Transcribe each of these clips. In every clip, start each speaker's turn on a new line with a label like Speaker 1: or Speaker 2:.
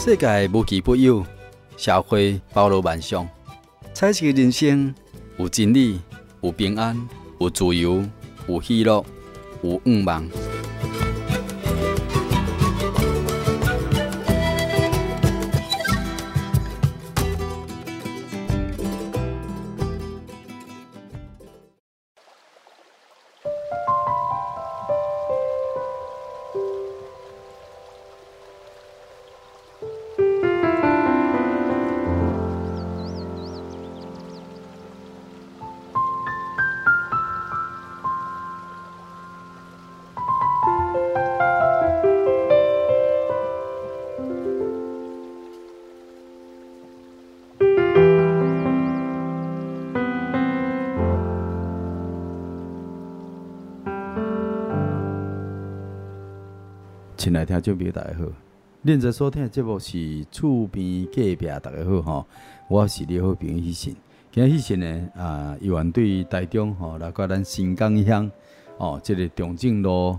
Speaker 1: 世界无奇不有，社会包罗万象，彩色的人生有真理，有平安，有自由，有喜乐，有愿望。亲爱的听众朋友，大家好！恁在收听的节目是《厝边隔壁》，大家好吼！我是你好朋友许信。今日许信呢，由原对台中吼，来到咱新港乡哦，这个中正路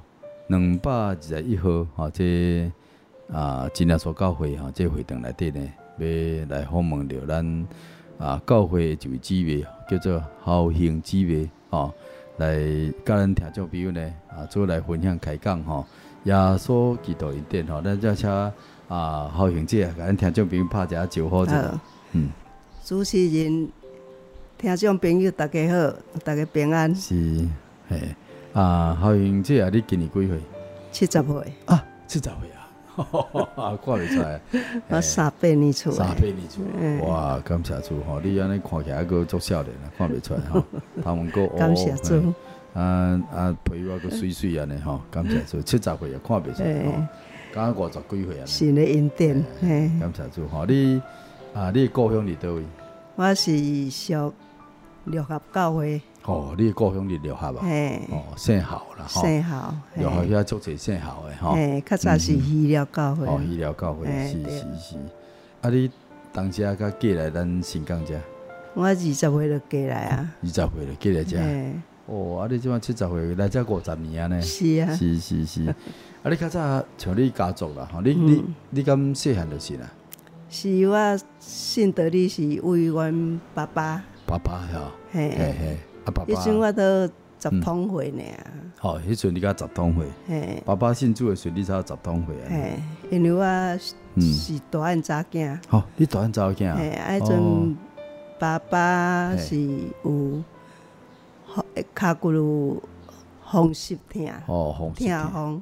Speaker 1: 221号吼，这真耶稣教会吼，这会堂内底呢，要来访问着咱教会一位姊妹，叫做豪兴姊妹吼，来甲咱听众朋友呢做来分享开讲吼。耶稣基督恩典吼，咱再请豪兴姐甲咱听众朋友拍一下招呼一下。
Speaker 2: 主持人、听众朋友大家好，大家平安。
Speaker 1: 是，嘿，豪兴姐你今年几岁
Speaker 2: ？70岁。
Speaker 1: 70岁啊，看袂出来。
Speaker 2: 我38年出来。
Speaker 1: 38年出来，哇，感谢主吼！你安尼看起来还足少年啊，看袂出来吼。他们讲
Speaker 2: 感谢主。
Speaker 1: 陪我个水水安尼吼，感谢主，70岁也看袂出来吼，敢50几岁安尼。
Speaker 2: 神的恩典，嘿，
Speaker 1: 感谢主吼！你的故乡伫倒位？
Speaker 2: 我是属六合教会。
Speaker 1: 哦，你的故乡伫六合啊？
Speaker 2: 嘿，
Speaker 1: 姓校啦，
Speaker 2: 姓校，
Speaker 1: 六合遐足侪姓校的吼。
Speaker 2: 嘿，较早是医疗教会。
Speaker 1: 哦，医疗教会，是。你当时甲嫁来咱新港遮？我
Speaker 2: 20岁就嫁来啊。
Speaker 1: 20岁就嫁来遮。哦，你即摆70岁来遮50年啊呢？
Speaker 2: 是啊，
Speaker 1: 是。你较早像你家族啦，吼，你敢细汉就是啦？
Speaker 2: 是我信得你是为阮爸爸。
Speaker 1: 爸爸吼，
Speaker 2: 嘿，
Speaker 1: 爸爸。
Speaker 2: 迄阵我都10通岁呢。
Speaker 1: 哦，迄阵你甲10通岁。嘿，爸爸信主的时候，你才10通岁啊？
Speaker 2: 嘿，因为我是大汉查囝。
Speaker 1: 哦，你大汉查囝啊？
Speaker 2: 嘿，迄阵爸爸是有。脚骨有风湿痛，痛风，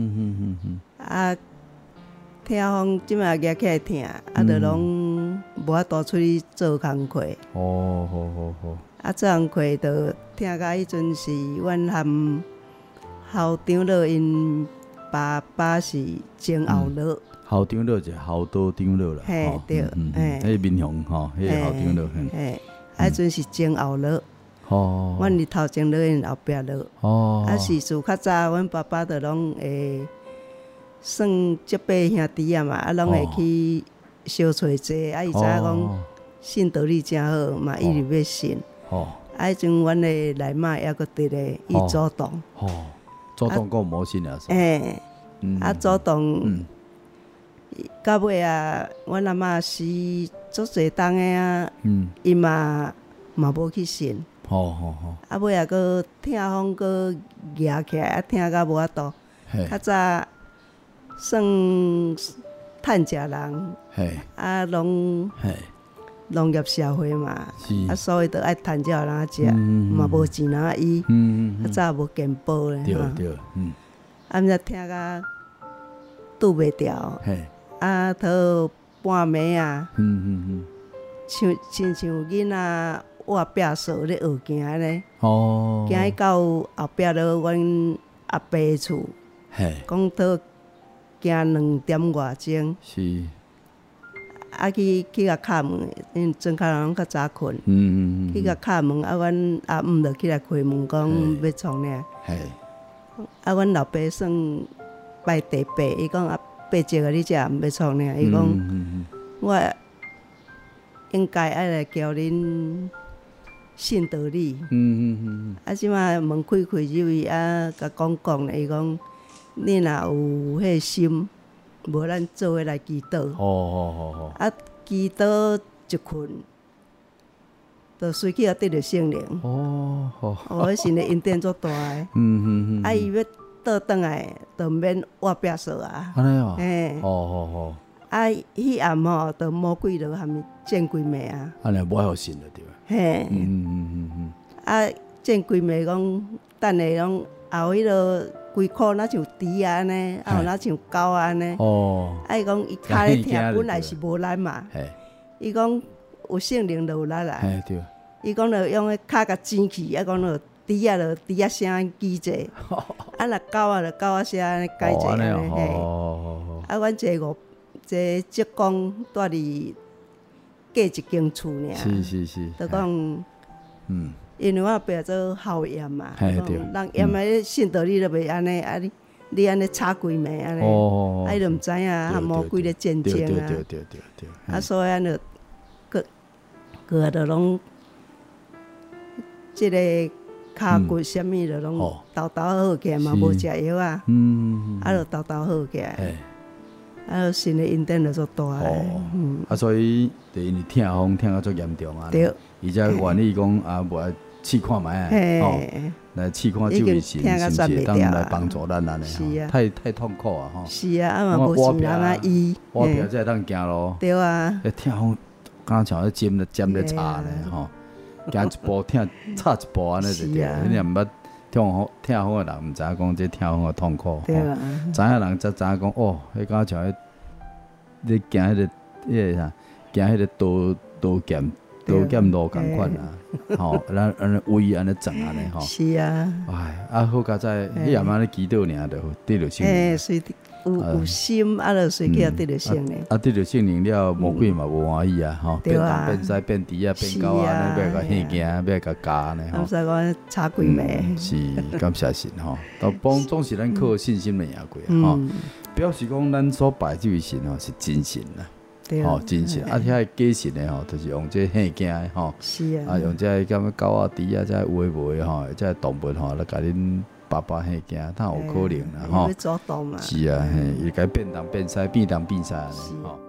Speaker 2: 痛风即马举起来痛，就拢无法度出去做工课。好。做工课就痛到迄阵是，阮含校长老因爸爸是前后老。
Speaker 1: 校长老就校导长老啦。
Speaker 2: 嘿，对，
Speaker 1: 迄民雄吼，迄校长老。
Speaker 2: 嘿，迄阵是前后老。阮是头前老，因后壁老。是自较早，阮爸爸就拢会算7、8兄弟啊嘛，拢会去相找坐。伊知影讲信道理真好嘛，一直要信。迄阵阮的内妈还阁伫咧，伊主动。
Speaker 1: 主动讲无信啊？
Speaker 2: 主动。到尾啊，阮阿嬷死足侪冬的啊，伊嘛无去信。尾啊，搁痛风，搁举起来，痛到无法度。较早算趁食人，拢农业社会嘛，所以都爱趁食人食，嘛无钱人医。较早无健保咧，
Speaker 1: 对。
Speaker 2: 毋则痛到拄袂调，讨半暝啊，亲像囡仔。我壁数咧学行咧，行去到后壁落阮阿伯厝，讲讨行2点外钟。
Speaker 1: 是。
Speaker 2: 去甲敲门，因庄脚人拢较早困。去甲敲门，阮阿姆就起来开门，讲要创啥。阮老爸算拜第八，伊讲伯叔啊，你遮要创啥？伊讲我应该爱来教恁。信道理，即马门开入去，甲讲咧，伊讲你若有迄心， 无咱做伙来祈祷。啊，祈祷一困，就随去得着圣灵。迄神的恩典足大诶。啊，伊要倒转来，就免活壁扫啊。
Speaker 1: 安尼哦。
Speaker 2: 嘿。啊，迄暗吼，就魔鬼就含伊见鬼魅啊。
Speaker 1: 安尼无互信就对。
Speaker 2: 嘿。啊，见鬼魅讲，等下讲后迄落规箍若像猪啊安尼，啊有若像狗啊安尼。啊，伊讲伊骹咧疼，本来是无力嘛。伊讲有圣灵就有力啦。
Speaker 1: 对。
Speaker 2: 伊讲着用迄骹甲剪去，啊讲着猪啊着猪啊声记者，啊若狗啊着狗啊声安尼改者安尼嘿。啊，阮坐职工住伫隔一间厝尔。
Speaker 1: 是。
Speaker 2: 就讲，因为我爸做校验嘛，人验的信道你都袂安尼，啊你安尼吵鬼暝安尼，啊伊就毋知影啊魔鬼咧战争啊。对。啊，所以安就个就拢。即个骹骨啥物就拢豆豆好起来嘛，无食药啊，啊就豆豆好起来，啊就神的恩典就足大诶。
Speaker 1: 啊所以就因为痛风痛到足严重啊，
Speaker 2: 对，
Speaker 1: 而且愿意讲啊无爱试看觅啊，来试看这位神是毋是当来帮助咱安尼吼，太痛苦啊吼。
Speaker 2: 是啊，啊嘛无钱人啊医，
Speaker 1: 我表才当行咯。
Speaker 2: 对啊，
Speaker 1: 痛风敢像咧尖咧插咧吼。行一步痛，差一步安尼就对。你若毋捌痛风诶人，毋知影讲这痛风诶痛苦。
Speaker 2: 对啊。
Speaker 1: 知影人才知影讲哦，迄敢像迄你行迄个啥，行迄个刀剑路共款啊。吼，咱安尼胃安尼胀安尼吼。
Speaker 2: 是啊。
Speaker 1: 哎，啊好佳哉，迄暗仔咧祈祷尔，就得着圣灵。
Speaker 2: 随有心，啊，就随去得着圣灵。
Speaker 1: 啊，得着圣灵了，魔鬼嘛无欢喜啊，吼，变东变西变猪啊变狗啊，安尼要甲吓惊，要甲教安尼吼。
Speaker 2: 毋使讲吵鬼暝。
Speaker 1: 是，感谢神吼，都总是咱靠信心来赢过吼，表示讲咱所拜这位神吼是真神啦。吼，真神，啊，遐假神的吼，就是用这吓惊的吼，
Speaker 2: 是啊，
Speaker 1: 啊，用这咁啊狗啊、猪啊，这有诶无诶吼，这动物吼来甲恁爸爸吓惊，他有可能啦吼。
Speaker 2: 要主动嘛。
Speaker 1: 是啊，嘿，伊甲变东变西，变东变西安尼吼。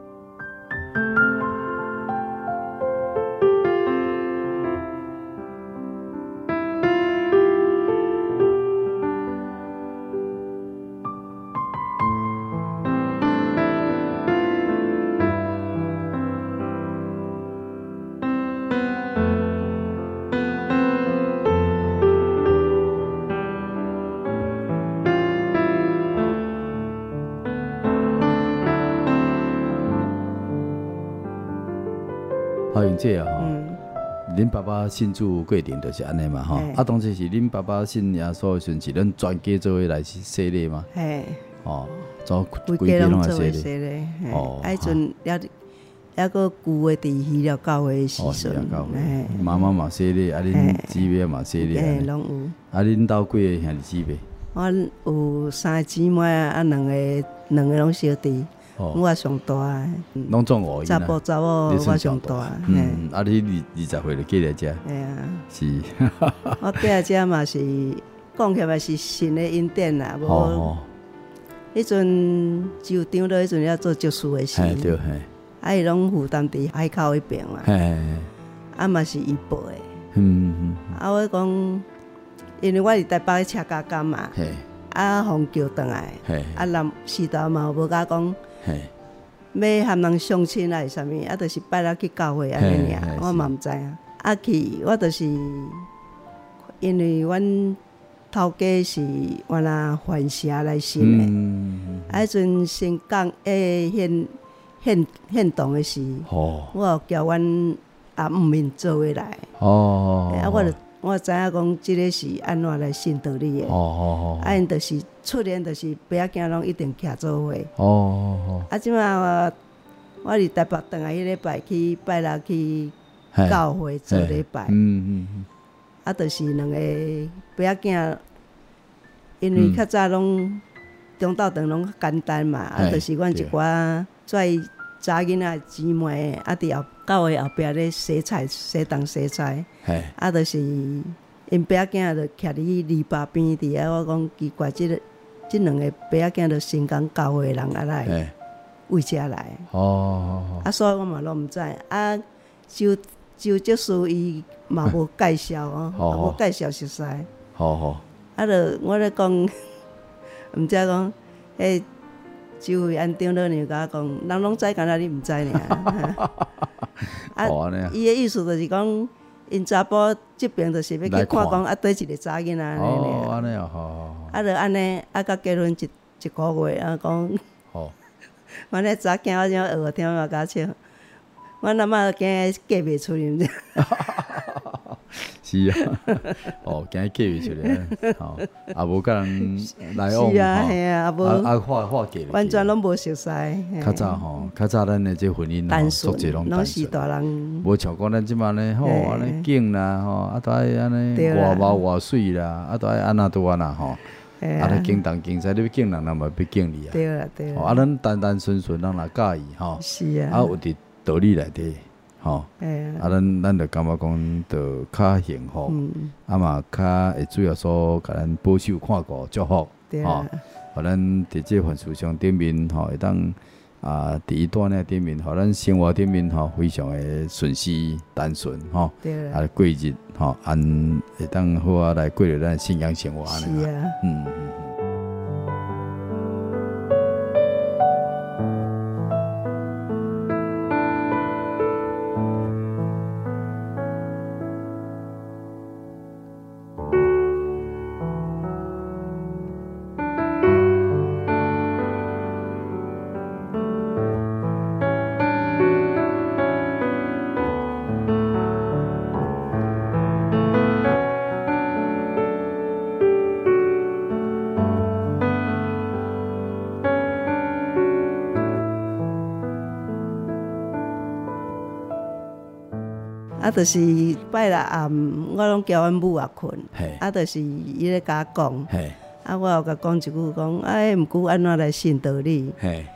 Speaker 1: 好用这啊吼，恁爸爸信主过程就是安尼嘛吼，啊当时是恁爸爸信耶稣的时阵，是恁全家做伙来洗礼嘛？
Speaker 2: 嘿，
Speaker 1: 哦，做规家拢来洗礼。
Speaker 2: 哦，迄阵还个旧的伫希腊教会的时阵，
Speaker 1: 妈妈嘛洗礼，啊恁姊妹嘛洗礼，
Speaker 2: 拢有。
Speaker 1: 啊恁兜几个兄弟姊妹？
Speaker 2: 阮有3个姊妹啊，两个拢小弟。我上大诶，
Speaker 1: 拢总5个。
Speaker 2: 查甫我上大。
Speaker 1: 啊你20岁就嫁来遮？
Speaker 2: 嘿啊。
Speaker 1: 是。
Speaker 2: 我嫁来遮嘛是讲起来是神的恩典啦，无。迄阵就长到迄阵要做牧师诶时，
Speaker 1: 对嘿。
Speaker 2: 啊伊拢负担伫海口迄边嘛。啊嘛是伊报诶。啊我讲，因为我伫台北咧车加工嘛。啊，互叫转来。啊南时代嘛无甲讲。要含人相亲啊，是啥物？啊，就是拜六去教会安尼尔，我嘛毋知影。啊去，我就是因为阮头家是原来环社来信的，啊，迄阵新港献堂的时，我有叫阮阿姆面做伙来。啊，我知影讲，即个是安怎来信道理的。啊，因就是出年就是爸仔囝拢一定徛做伙。啊，即摆我伫台北转来迄礼拜去拜六去教会做礼拜。啊，就是两个爸仔囝，因为较早拢中昼顿拢简单嘛，啊，就是阮一寡跩查囡仔姊妹，啊，伫教会后壁咧洗菜、洗东洗菜。啊，就是因爸仔囝就徛伫篱笆边伫遐，我讲奇怪，即两个爸仔囝就新港教会人啊来， 为遮来。
Speaker 1: 哦，
Speaker 2: 所以我嘛拢毋知。就即事伊嘛无介绍无介绍熟悉。就我咧讲，毋知讲，迄周慧安长老娘甲我讲，人拢知，敢若你毋知尔。伊的意思就是讲，因查甫即边就是要去看讲，对一个查囡仔安尼。
Speaker 1: 安尼好。
Speaker 2: 就安尼，到结婚一个月，讲，我咧查囝，我怎学听嘛甲笑。我阿嬷惊嫁袂出去，毋知。
Speaker 1: 是啊，惊嫁袂出来，也无甲人来往，
Speaker 2: 是啊，系啊，无
Speaker 1: 化嫁，
Speaker 2: 完全拢无熟悉。
Speaker 1: 较早咱的这婚姻素质拢
Speaker 2: 单纯，大人，
Speaker 1: 无像讲咱即马呢，安尼景啦，都爱安尼外貌外水啦，都爱安那拄安那咧敬东敬西，你要敬人，人嘛要敬你啊。
Speaker 2: 对啊。
Speaker 1: 咱单单纯纯，人若介意
Speaker 2: 是啊。
Speaker 1: 有伫道理内底。咱就感觉讲，就较幸福，嘛较会主要所甲咱保守看顾祝福，互咱伫这份事上顶面，会当伫伊带领顶面，互咱生活顶面非常的顺遂单纯，过日会当好啊来过着咱信仰生活安尼。
Speaker 2: 是啊。就是拜六暗，我拢叫阮母也困，就是伊咧甲我讲，我又甲讲一句讲，毋过安怎来信道理？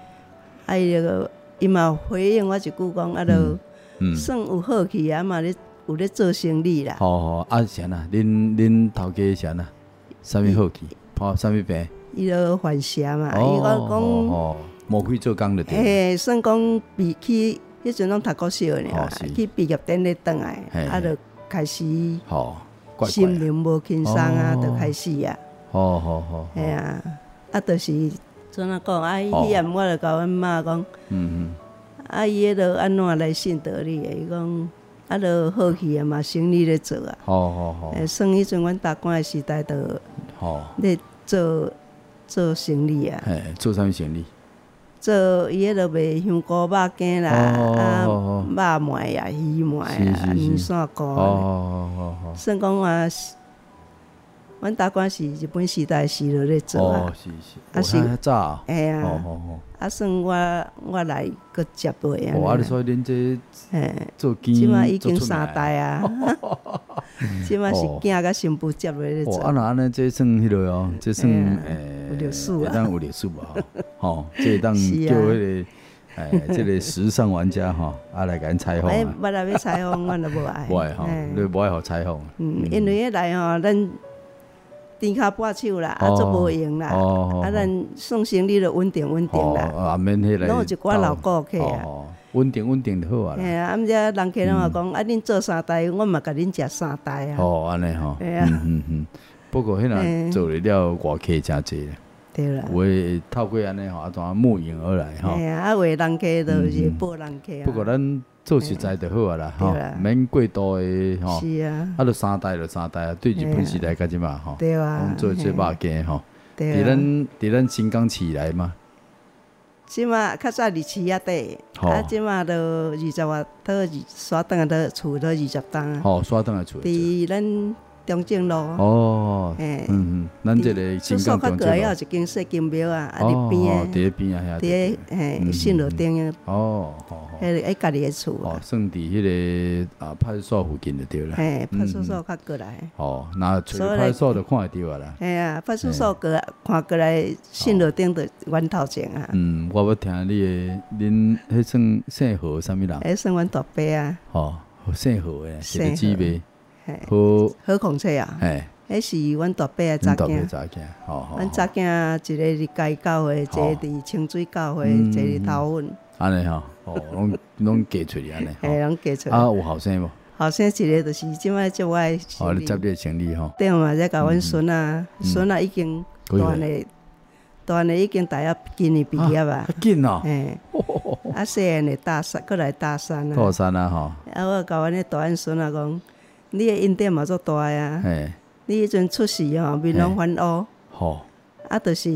Speaker 2: 伊嘛回应我一句讲，就算有好气嘛咧有咧做生意啦。
Speaker 1: 是安那？恁头家是安那？啥物好气？啥物病？
Speaker 2: 伊就犯邪嘛。伊讲
Speaker 1: 无开做工就对。
Speaker 2: 算讲比起。迄阵拢读国小尔，去毕业典礼转来，就开始心灵无轻松啊，就开始啊。系啊，就是怎啊讲？迄暗我就甲阮妈讲，伊迄落安怎来信道理？伊讲，就好气啊嘛，生意咧做啊。算迄阵阮大官的时代，就咧做生意啊。
Speaker 1: 做啥物生意？
Speaker 2: 做伊迄落卖香菇肉羹啦，肉糜啊、鱼糜啊、面线糊。算讲阮大官是日本时代时落咧做啊。
Speaker 1: 是早。
Speaker 2: 嘿啊。算我来搁接落啊。
Speaker 1: 所以恁这做羹
Speaker 2: 即马已经3代啊。即马是囝甲新妇接落咧做。
Speaker 1: 安尼这算迄落哦，这算
Speaker 2: 有历史啊，
Speaker 1: 当有历史嘛这当叫迄个这个时尚玩家来甲咱采访。
Speaker 2: 我来要采访，我都无爱。
Speaker 1: 无爱你无爱互采访。
Speaker 2: 因为迄来咱天骹跋手啦，做无用啦，咱算生理就稳定啦。
Speaker 1: 免迄个。
Speaker 2: 拢有一寡老顾客啊。
Speaker 1: 稳定就好啊。
Speaker 2: 嘿啊，遮人客拢话讲，恁做3代，我嘛甲恁食3代啊。
Speaker 1: 安尼不过迄若做了外客真济咧。
Speaker 2: 对啦。
Speaker 1: 有诶透过安尼怎慕名而来
Speaker 2: 嘿啊，有诶人客就是报人客啊。
Speaker 1: 不过咱做实在就好啊啦，免过度诶
Speaker 2: 是啊。
Speaker 1: 就3代就3代啊，对日本时代甲即嘛
Speaker 2: 对啊。
Speaker 1: 做这肉羹伫咱新港市内嘛。
Speaker 2: 即马较早市仔底，即马都20外套，刷转来都厝都20栋。
Speaker 1: 刷转来厝。
Speaker 2: 伫咱中正路。
Speaker 1: 咱这个新港中正路。
Speaker 2: 较过有一间小金庙啊，伫边
Speaker 1: 伫咧边啊，
Speaker 2: 伫信路顶。迄家己的厝。
Speaker 1: 算伫迄个派出所附近就对啦。
Speaker 2: 派出所较过来。
Speaker 1: 那找派出所就看会到啊啦。
Speaker 2: 系啊，派出所看过来信路顶就源头前啊。
Speaker 1: 我要听恁迄算姓何啥物人？
Speaker 2: 迄算阮大伯啊。
Speaker 1: 姓何诶，是个姊妹。
Speaker 2: 何孔雀啊。 迄是阮大伯的查囝。阮查囝一个伫嘉义教会，一个伫清水教会，一个伫头份。
Speaker 1: 安尼吼，拢嫁出去安尼。
Speaker 2: 嘿，拢嫁出去。
Speaker 1: 啊，有后生无？
Speaker 2: 后生一个就是即摆接我的行李。
Speaker 1: 你接你的行李吼。
Speaker 2: 对嘛，再甲阮孙啊，孙啊已经大个已经大学今年毕业啊。
Speaker 1: 紧哦。
Speaker 2: 嘿。啊，细汉的大三，过来大三啊。
Speaker 1: 大三啊吼。
Speaker 2: 啊，我甲阮的大汉孙啊讲，你的恩典嘛足大啊。嘿。你迄阵出世吼，面拢反乌。好。啊，就是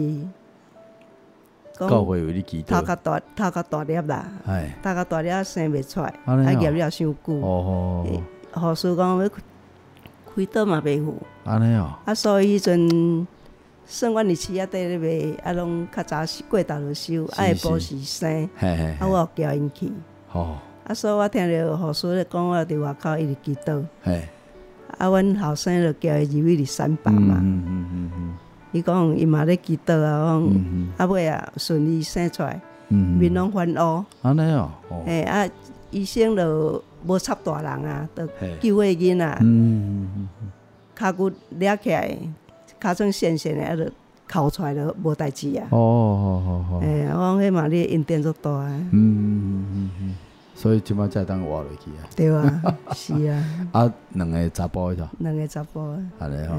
Speaker 1: 教会为你祈祷。
Speaker 2: 头壳大粒啦。哎。头壳大粒生袂出来，啊，业了伤久。哦。护士讲要开刀嘛袂赴。
Speaker 1: 安尼哦。
Speaker 2: 啊，所以迄阵。算阮伫市仔底咧卖，啊，拢较早过头就收，啊会补时生，啊我有叫因去，啊所以我听着护士咧讲，我伫外口一直祈祷，啊阮后生就叫伊入去伫三房嘛，伊讲伊嘛咧祈祷啊，讲啊尾啊顺利生出来，面拢翻乌，
Speaker 1: 安尼哦，
Speaker 2: 嘿啊医生就无插大人啊，就救迄囡仔，骹骨掠起来。尻川线线的，啊，就哭出来就无代志啊。哦，我讲迄嘛，你恩典足大啊。
Speaker 1: 所以即摆才当活落去啊。
Speaker 2: 对啊，是啊。
Speaker 1: 啊，两个查甫迄套。
Speaker 2: 两个查甫啊。
Speaker 1: 安尼吼。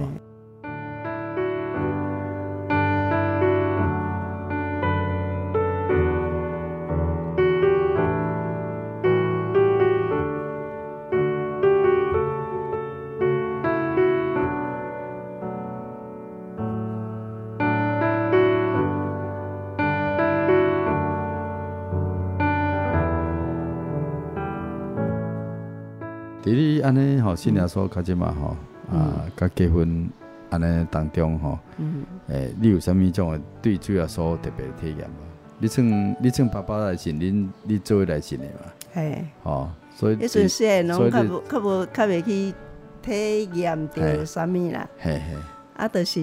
Speaker 1: 伫你安尼吼，新娘所较即嘛吼，甲结婚安尼当中吼，你有啥物种的对主要所特别体验无？你算爸爸来信，你做来信的嘛？嘿，吼，所以
Speaker 2: 迄阵细汉拢较袂去体验着啥物啦。嘿嘿，啊，就是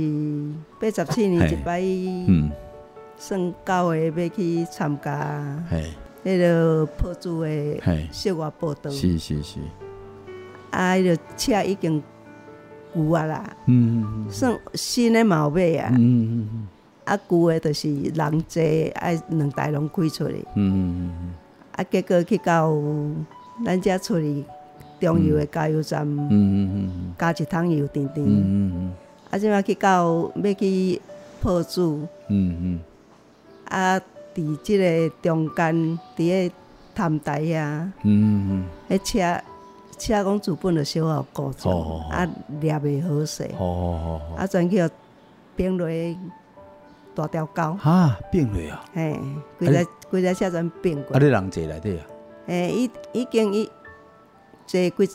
Speaker 2: 87年一摆，算教会要去参加，迄个破主的小外报道。是。啊，迄个车已经旧啊啦，算新的嘛有买啊，啊旧的就是人济，爱两台拢开出去，啊结果去到咱遮出去中油的加油站，加一桶油甜甜，啊即摆去到要去破主，啊伫即个中间伫个潭台遐，迄车讲主本就小可故障，啊掠袂好势，啊转去变落大条沟。
Speaker 1: 哈，变落啊！
Speaker 2: 嘿，规只车全变过。
Speaker 1: 啊，你人坐内底啊？
Speaker 2: 已经坐几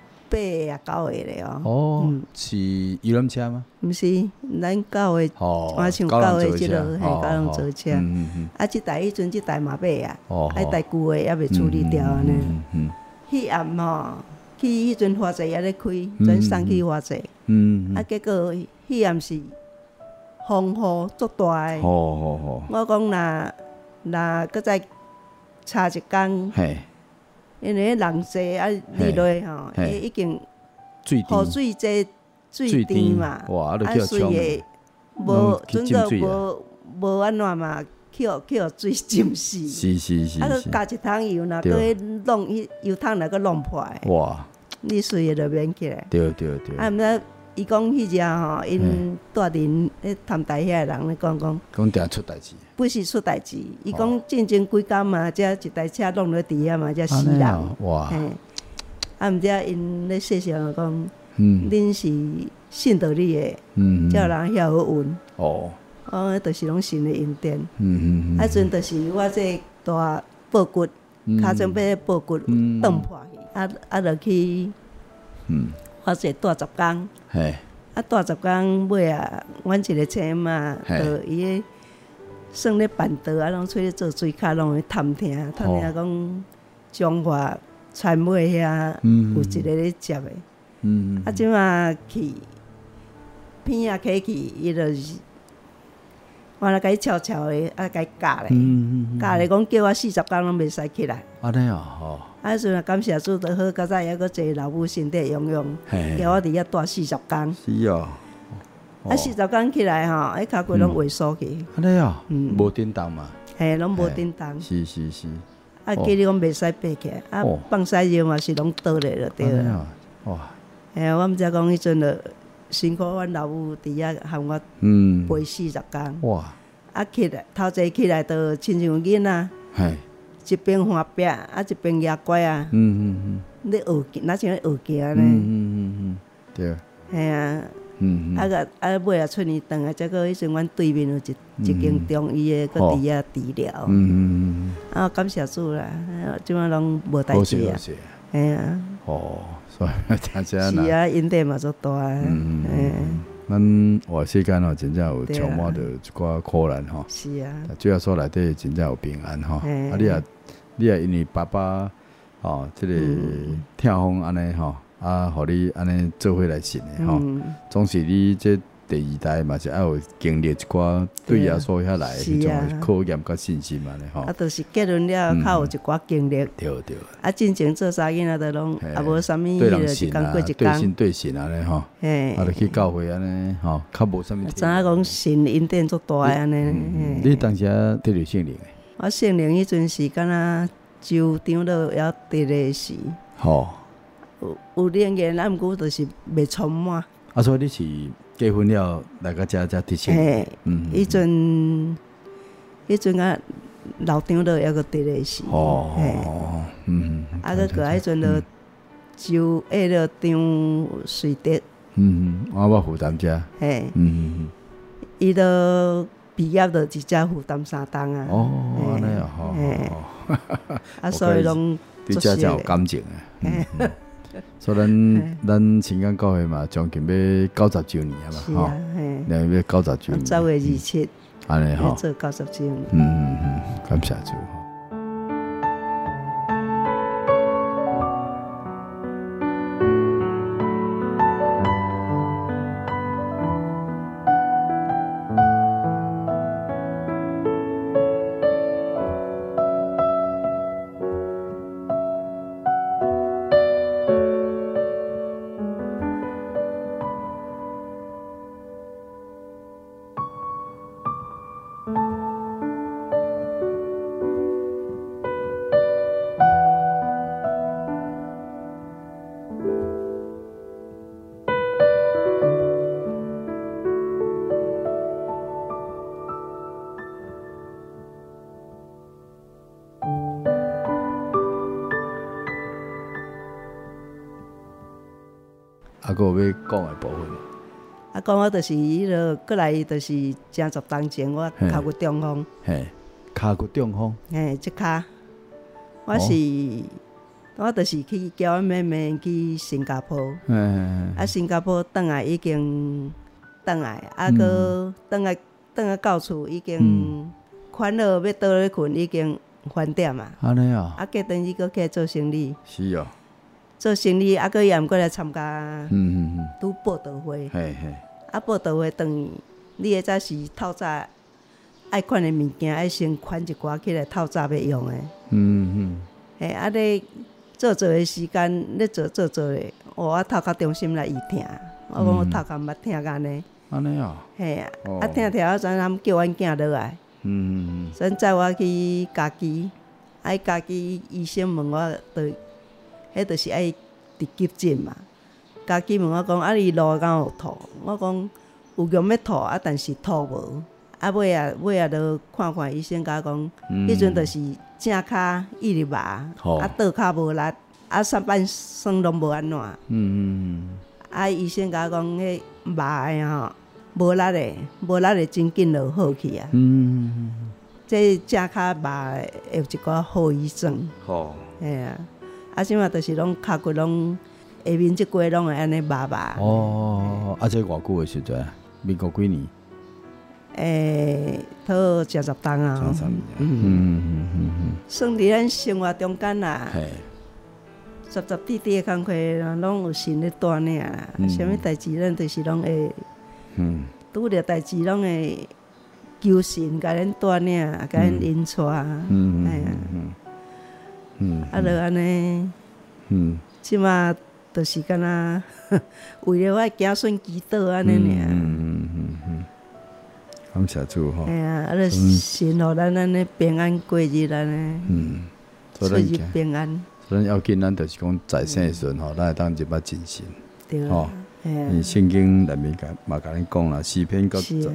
Speaker 2: 8啊9个咧哦。
Speaker 1: 哦，是游览车吗？
Speaker 2: 毋是，咱教会我像教会即落，嘿，教人坐车。啊，即台迄阵即台嘛买啊，啊台旧的还袂处理掉安尼。迄暗吼，去迄阵花节也咧开，转送去花节。啊，结果迄暗是风雨足大诶。我讲若搁再差一工，因为人济啊，日落吼，已經雨水济水甜嘛，啊水个無準個無安怎嘛，去互水浸死。是。啊，佮加一桶油，若佮弄油桶，若佮弄破诶。哇！你水个就免起来。对。啊，毋知伊讲迄只吼，因住伫咧潭台遐人咧讲
Speaker 1: 定出代志。
Speaker 2: 不是出代志，伊讲进前几工嘛，遮一台车弄咧伫遐嘛，遮死人。哇！嘿，啊，毋知因咧细想讲，恁是信道理的，叫人遐好运。哦，迄就是拢神的恩典。啊，阵就是我这大膊骨，骹前被膊骨断破去，啊，落去，我这住10工。嘿，啊，住10工尾啊，阮一个亲嘛，就伊个。算咧办道啊，拢出去做水卡，拢去探听讲中华川尾遐有一个咧接的，啊，即马去片仔溪去，伊就是我来甲伊悄悄的，甲伊教咧，教咧讲叫我40天拢袂使起来。
Speaker 1: 安尼哦，吼。
Speaker 2: 啊，时阵感谢主就好，较早还佫坐老母身体用用，叫我伫遐住40天。
Speaker 1: 是哦。
Speaker 2: 啊，40天起来吼，迄骹骨拢萎缩去。
Speaker 1: 安尼哦，无振动嘛。
Speaker 2: 嘿，拢无振动。
Speaker 1: 是。
Speaker 2: 啊，叫你讲袂使爬起来，啊，放屎尿嘛是拢倒咧就对了。哇！嘿，我毋知讲迄阵就辛苦阮老母伫遐含我陪40天。哇！啊，起来头一起来就亲像囡仔。嘿。一边翻壁，啊，一边摇拐啊。咧学，哪像咧学行呢？
Speaker 1: 对。
Speaker 2: 嘿啊。尾出院转来，再个迄阵阮对面有一间中医的，搁伫遐治疗。啊，感谢主啦，即摆拢无代志啊。嘿啊。哦，
Speaker 1: 所以真正
Speaker 2: 是啊，因地嘛足大啊。
Speaker 1: 咱活世间吼，真正有充满着一寡苦难吼。
Speaker 2: 是啊。
Speaker 1: 主要说内底真正有平安吼。啊，你也因为爸爸吼，即个痛风安尼吼，啊，互你安尼做伙来信的吼。总是你这第二代嘛是爱有经历一寡对耶稣遐来迄种考验甲信心嘛咧吼。
Speaker 2: 啊，就是结婚了，较有一寡经历。
Speaker 1: 对。
Speaker 2: 啊，进前做啥囝仔都拢也无啥物，迄个一工过一工。
Speaker 1: 对神安尼吼。嘿。啊，就去教会安尼吼，较无啥物。
Speaker 2: 知影讲神恩典足大安尼。
Speaker 1: 你当时啊得着圣灵诶？
Speaker 2: 我圣灵迄阵是敢若州长都要得咧时。吼。有灵验，啊，毋过就是袂充满。
Speaker 1: 啊，所以你是结婚了来到遮得圣灵？
Speaker 2: 迄阵啊，老长都还佫得咧时。哦。啊，佫过迄阵就就迄个张瑞德。
Speaker 1: 我负担遮。嘿。
Speaker 2: 伊都毕业就直接负担3档啊。
Speaker 1: 哦，安尼啊，吼。
Speaker 2: 啊，所以拢
Speaker 1: 对遮真有感情诶。所以咱新港教会嘛，将近要90周年啊嘛，吼，两要90周年。
Speaker 2: 10月27，
Speaker 1: 安尼吼，
Speaker 2: 做90周年。
Speaker 1: 感谢主。啊，佫有要讲的部分。
Speaker 2: 啊，讲我就是迄落过来，就是正10当前，我脚骨中风。
Speaker 1: 嘿，脚骨中风。
Speaker 2: 嘿，即骹我是、我就是去叫阮妹妹去新加坡。啊，新加坡转来已经转来，啊，佫转来到厝已经款好要倒咧困，已经翻点啊。
Speaker 1: 安尼啊。
Speaker 2: 啊，隔顿伊佫起做生理。
Speaker 1: 是哦。
Speaker 2: 做生理，啊，佫也毋过来参加，拄报道会，啊，报道会当你个早是透早爱款的物件，爱先款一寡起来透早要用的，嘿，啊，咧做的时间，咧做咧，我头壳中心来伊疼，我讲我头壳毋捌疼安尼，
Speaker 1: 安尼啊，
Speaker 2: 嘿啊，啊疼我昨暗叫阮囝落来，所以载我去家己，啊，家己医生问我对。迄就是爱伫急诊嘛，家己问我讲，啊，你路敢有吐？我讲有用要吐，啊，但是吐无。啊，尾仔就看医生，甲我讲，迄阵就是正骹一直麻，啊，倒骹无力，啊，上半身拢无安怎。啊，医生甲我讲，迄麻的吼，无力的真紧就好去啊。这正骹麻的会有一寡后遗症。吼。嘿啊。啊，即嘛就是拢脚骨拢下面即块拢会安尼麻麻。
Speaker 1: 哦，啊，这偌久的时阵？民国几年？
Speaker 2: 都正10当啊。算伫咱生活中间啦。十滴滴的工课，拢有神咧带领啦。啥物代志咱就是拢会，拄着代志拢会求神甲咱带领，甲咱引带，哎呀，啊，就安尼，即马就是敢若为了我子孙祈祷安尼尔。
Speaker 1: 感谢主吼。
Speaker 2: 哎呀，啊，就神互咱安尼平安过日安尼，出入平安。
Speaker 1: 咱要紧，咱就是讲在生的时阵吼，咱会当入捌真神。
Speaker 2: 对啊。
Speaker 1: 因圣经内面嘛甲咱讲啦，诗篇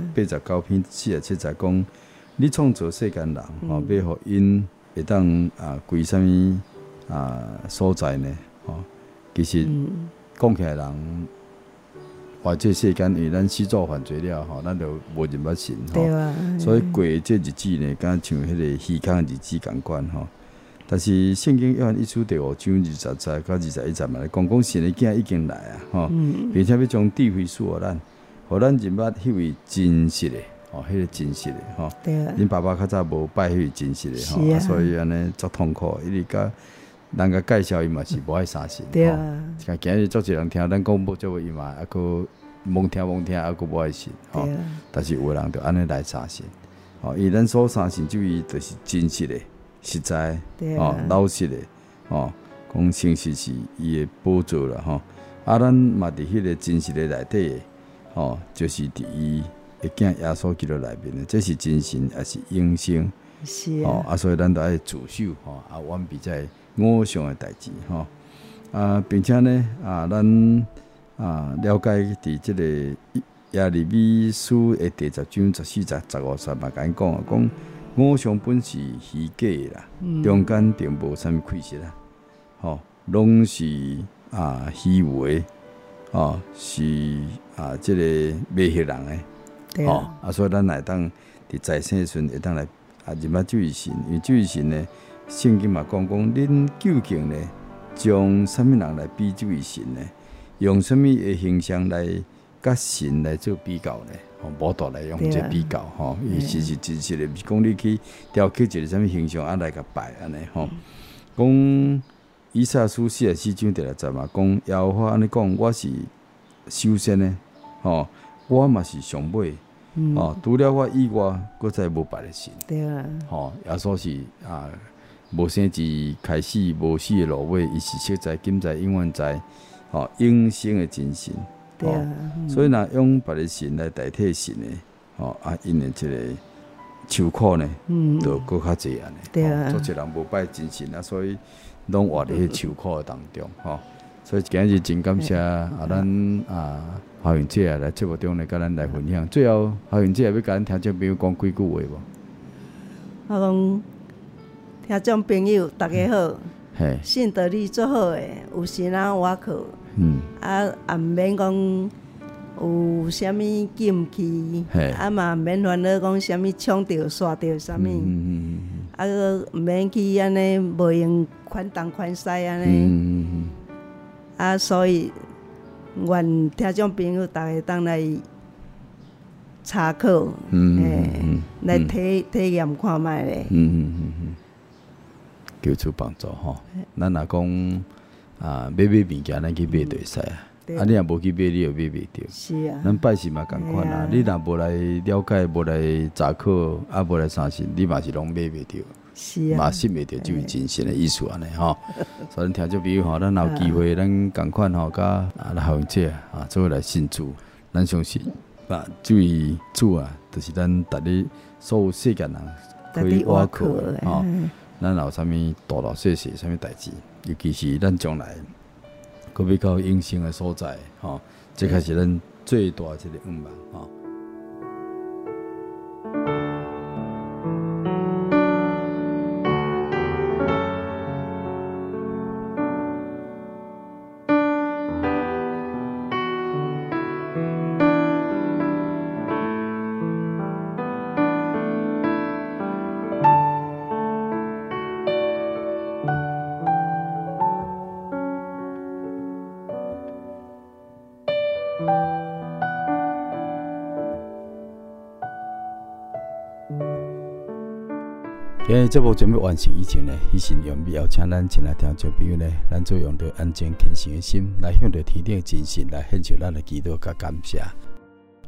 Speaker 1: 89篇47节讲，你创造世间人吼，要互因会当归啥物所在呢？吼，其实讲起来人。或这世间，因为咱始祖犯罪了吼，咱就无认捌神吼，所以过这日子呢，敢像迄个虚空日子共款吼。但是圣经约翰一书第5章20节到21节嘛，讲神的囝已经来啊吼，并且要将智慧赐予咱，互咱认捌迄位真实的吼，迄个真实的吼。恁爸爸较早无拜迄位真实的吼，所以安尼足痛苦，因为甲人甲介绍伊嘛是无爱相信，吼。今日足侪人听咱广播，足伊嘛还佫罔听，还佫无爱信，吼。但是有人就安尼来相信，吼，因为咱所相信，就是就是真实的、实在，吼，老实的，吼，讲诚实是伊的宝座啦，吼。啊，咱嘛伫迄个真实的内底，吼，就是伫伊的囝耶稣基督内面的，这是真神，也是永生，
Speaker 2: 是啊。
Speaker 1: 所以咱都爱自守，吼，完备在偶像的代志，吼，并且呢，咱了解伫即个耶利米书的第10章14节15节嘛，甲咱讲偶像本是虚假的啦，中间并无啥物亏实啦，吼，拢是虚有的，是即个迷惑人的，吼，所以咱来当伫在生的时阵会当来认捌这位神，因为这位神呢。圣经嘛讲，恁究竟呢，将什么人来比这位神呢？用什么的形象来甲神来做比较呢？无度来用这比较吼，伊是真实的，不是讲你去雕刻一个什么形象来甲拜安尼吼。讲以赛亚书44章第6节嘛，讲耶和华安尼讲，我是首先呢，吼，我嘛是上尾。除了我以外，搁再无别的神。
Speaker 2: 对啊。
Speaker 1: 吼，耶稣是无生之开始，无死的落尾，伊是昔在、今在、永远在，永生的真神。
Speaker 2: 对啊。
Speaker 1: 所以若用别的神来代替神的，因的这个受苦呢，就搁较济安尼。
Speaker 2: 对啊。
Speaker 1: 做一人无拜真神所以拢活伫迄受苦的当中，所以今日真感谢咱校长姐来节目中来甲咱来分享。最后，校长姐要甲咱听众朋友讲几句话无？
Speaker 2: 我讲。听众朋友，大家好，信道理做好诶，有时咱活靠，也毋免讲有啥物禁忌，嘛毋免烦恼讲啥物抢着、刷着啥物，佫毋免去安尼无用款东款西安尼，所以愿听众朋友大家当来查考，来体验看卖咧。求主帮助吼，咱若讲买物件，咱去买就会使你若无去买，你就买袂着。 是啊。
Speaker 1: 咱拜神嘛共款啦，你若无来了解，无来查考，无来相信，你嘛是拢买袂着。
Speaker 2: 是啊。
Speaker 1: 嘛信袂着就是真神的意思安尼吼。所以咱听众朋友吼，咱有机会，咱共款吼，甲校长姐做伙来信主，咱相信这位主就是咱逐日所有世间人可以倚靠的吼。咱有啥物大大小小啥物代志，尤其是咱将来，可要到永生的所在，这才是咱最大一个愿望，今日节目准备完成以前呢，迄时用必邀请咱前来听众朋友呢，咱做用着安静虔诚的心，来向着天顶真神来献上咱的祈祷甲感谢。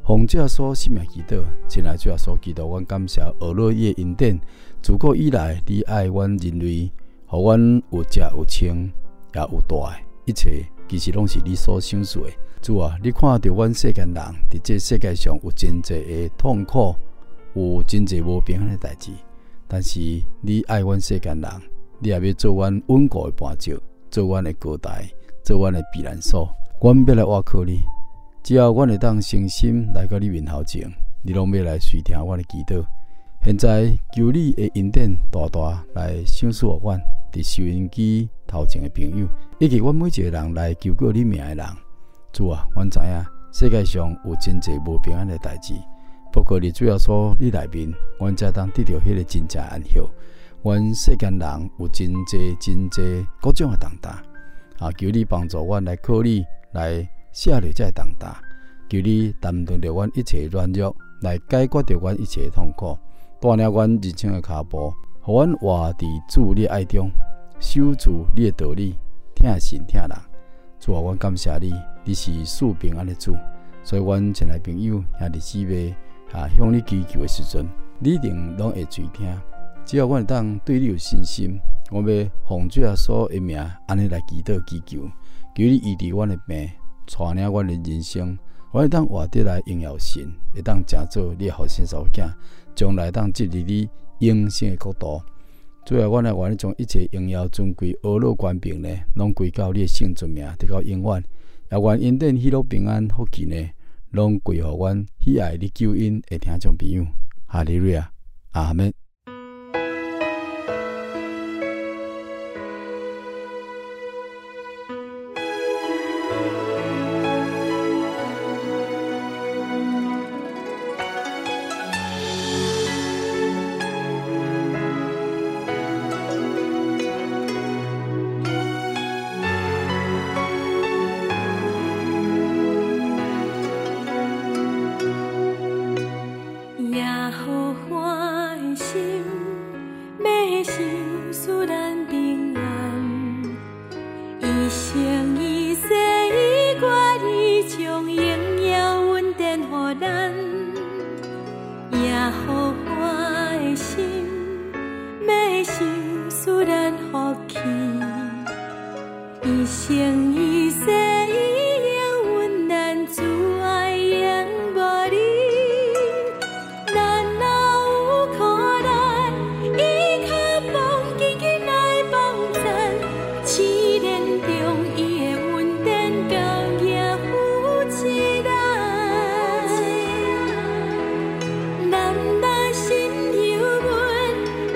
Speaker 1: 奉这所生命祈祷，亲爱主耶稣基督，阮感谢俄罗伊的恩典。自古以来，你爱阮人类，互阮有食有穿，也有大的，一切其实拢是你所想做的。主啊，你看到阮世间人伫这世界上有真济的痛苦，有真济无平安的代志，但是你爱阮世间人，你也要做阮稳固的磐石，做阮的高台，做阮的避难所。阮要来倚靠你。只要阮会当诚心来到你面头前，你拢要来垂听阮的祈祷。现在求你的恩典大大来赏赐我阮伫收音机头前的朋友，以及阮每一个人来求告你名的人。主啊，阮知影世界上有真济无平安的代志，不过你主要说你内面，阮才当得到迄个真正安息。阮世间人有真济各种的重担，求你帮助阮来靠你来。写了这重担，求你担当着阮一切软弱，来解决着阮一切痛苦，带领阮人生的脚步，互阮活伫主你爱中，守住你的道理，听神听人。主啊，阮感谢你，你是赐平安的主，所以阮亲爱朋友兄弟姊妹向你祈求的时阵，你一定拢会垂听。只要阮会当对你有信心，我要奉主耶稣的名，安尼来祈祷祈求，求你医治阮的病。带领阮的人生，我会当活得来荣耀神，会当成做你的后生仔囝，将来当进入你永生的国度。最后，阮来愿意将一切荣耀尊贵、阿乐官兵呢，拢归到你的圣尊名，直到永远。也愿恩典、喜乐、平安、福气呢，拢归乎阮喜爱你救恩的听众朋友。哈利路亚，阿门。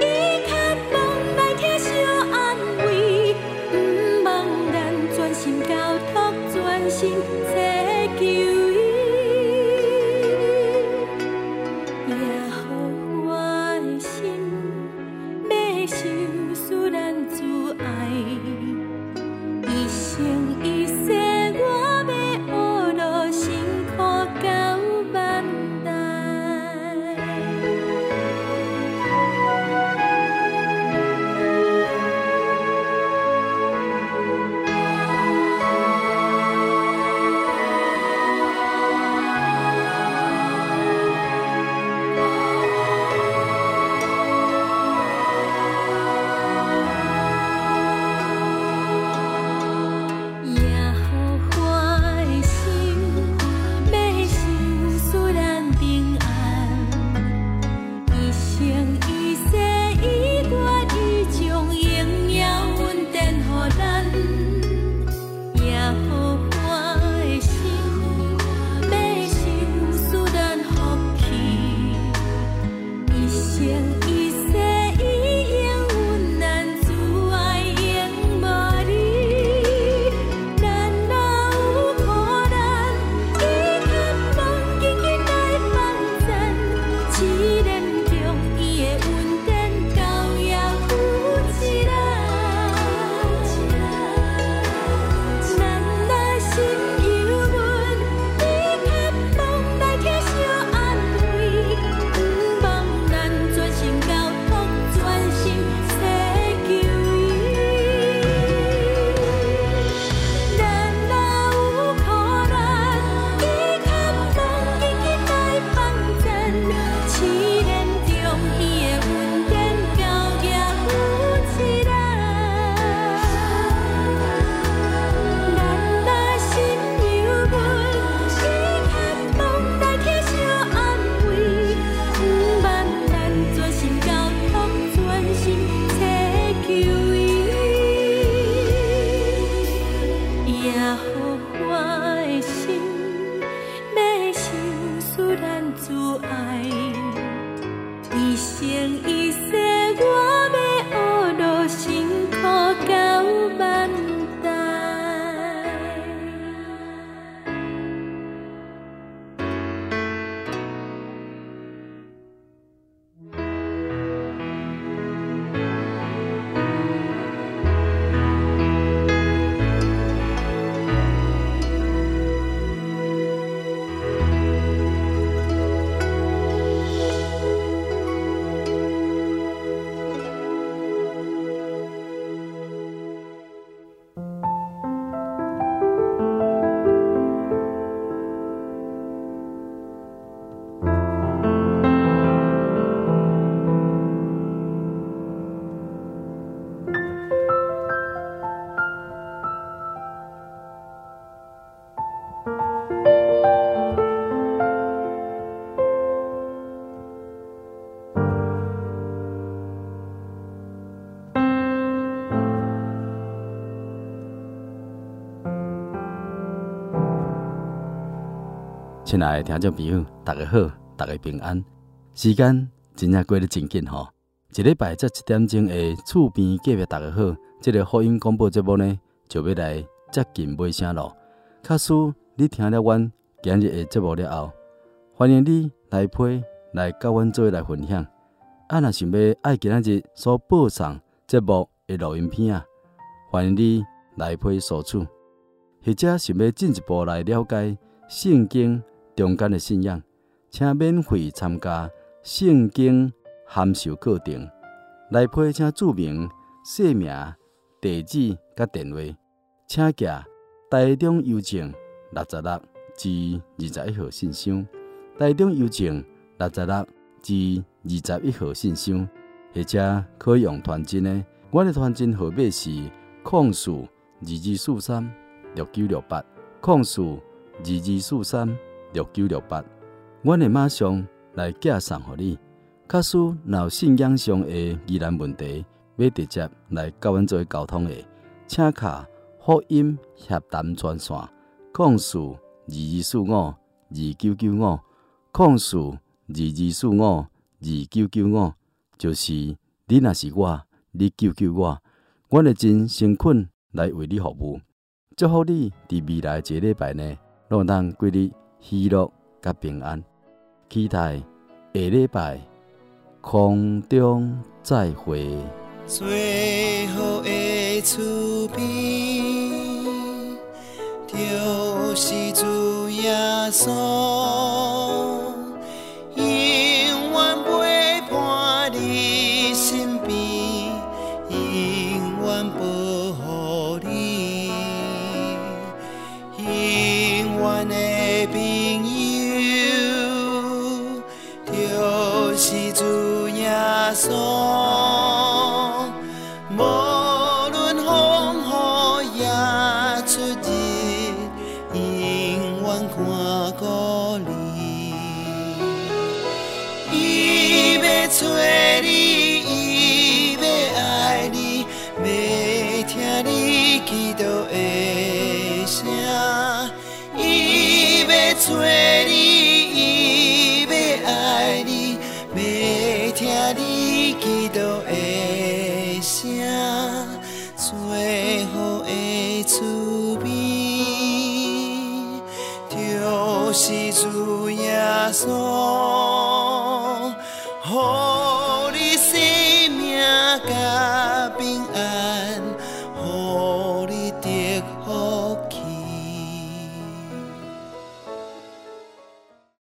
Speaker 3: 心。
Speaker 1: 亲爱的听众朋友，大家好，大家平安。时间真正过得真紧吼，一礼拜这1点钟的厝边隔壁大家好，这个福音广播节目呢，就要来接近尾声咯。假使你听了阮今日的节目了后，欢迎你来陪来甲阮做伙来分享。若想要爱今仔日所播送节目的录音片啊，欢迎你来陪索取，或者想要进一步来了解圣经中间的信仰，请免费参加圣经函授课程。来配请注明姓名、地址甲电话，请寄台中邮政66至21号信箱，台中邮政66至21号信箱，或者可以用传真的。我的传真号码是0422436968 0422436968，我会马上来寄送给你。假使若有信仰上的疑难问题，要直接来甲阮做沟通的，请卡福音协谈专线0422452995 0422452995，就是你若是我，你救救我，我会真诚恳来为你服务。祝福你伫未来一个礼拜呢，拢当过日喜乐甲平安。期待下礼拜空中再会。
Speaker 3: 最后的厝边，就是主耶稣，永远陪伴你身边，永远保护你，永远的朋友，就是主耶稣。找你，伊要爱你，要听你祈祷的声。伊要找你，伊要爱你，要听你祈祷的声。最好的厝边，就是主耶稣。予你生命甲平安，予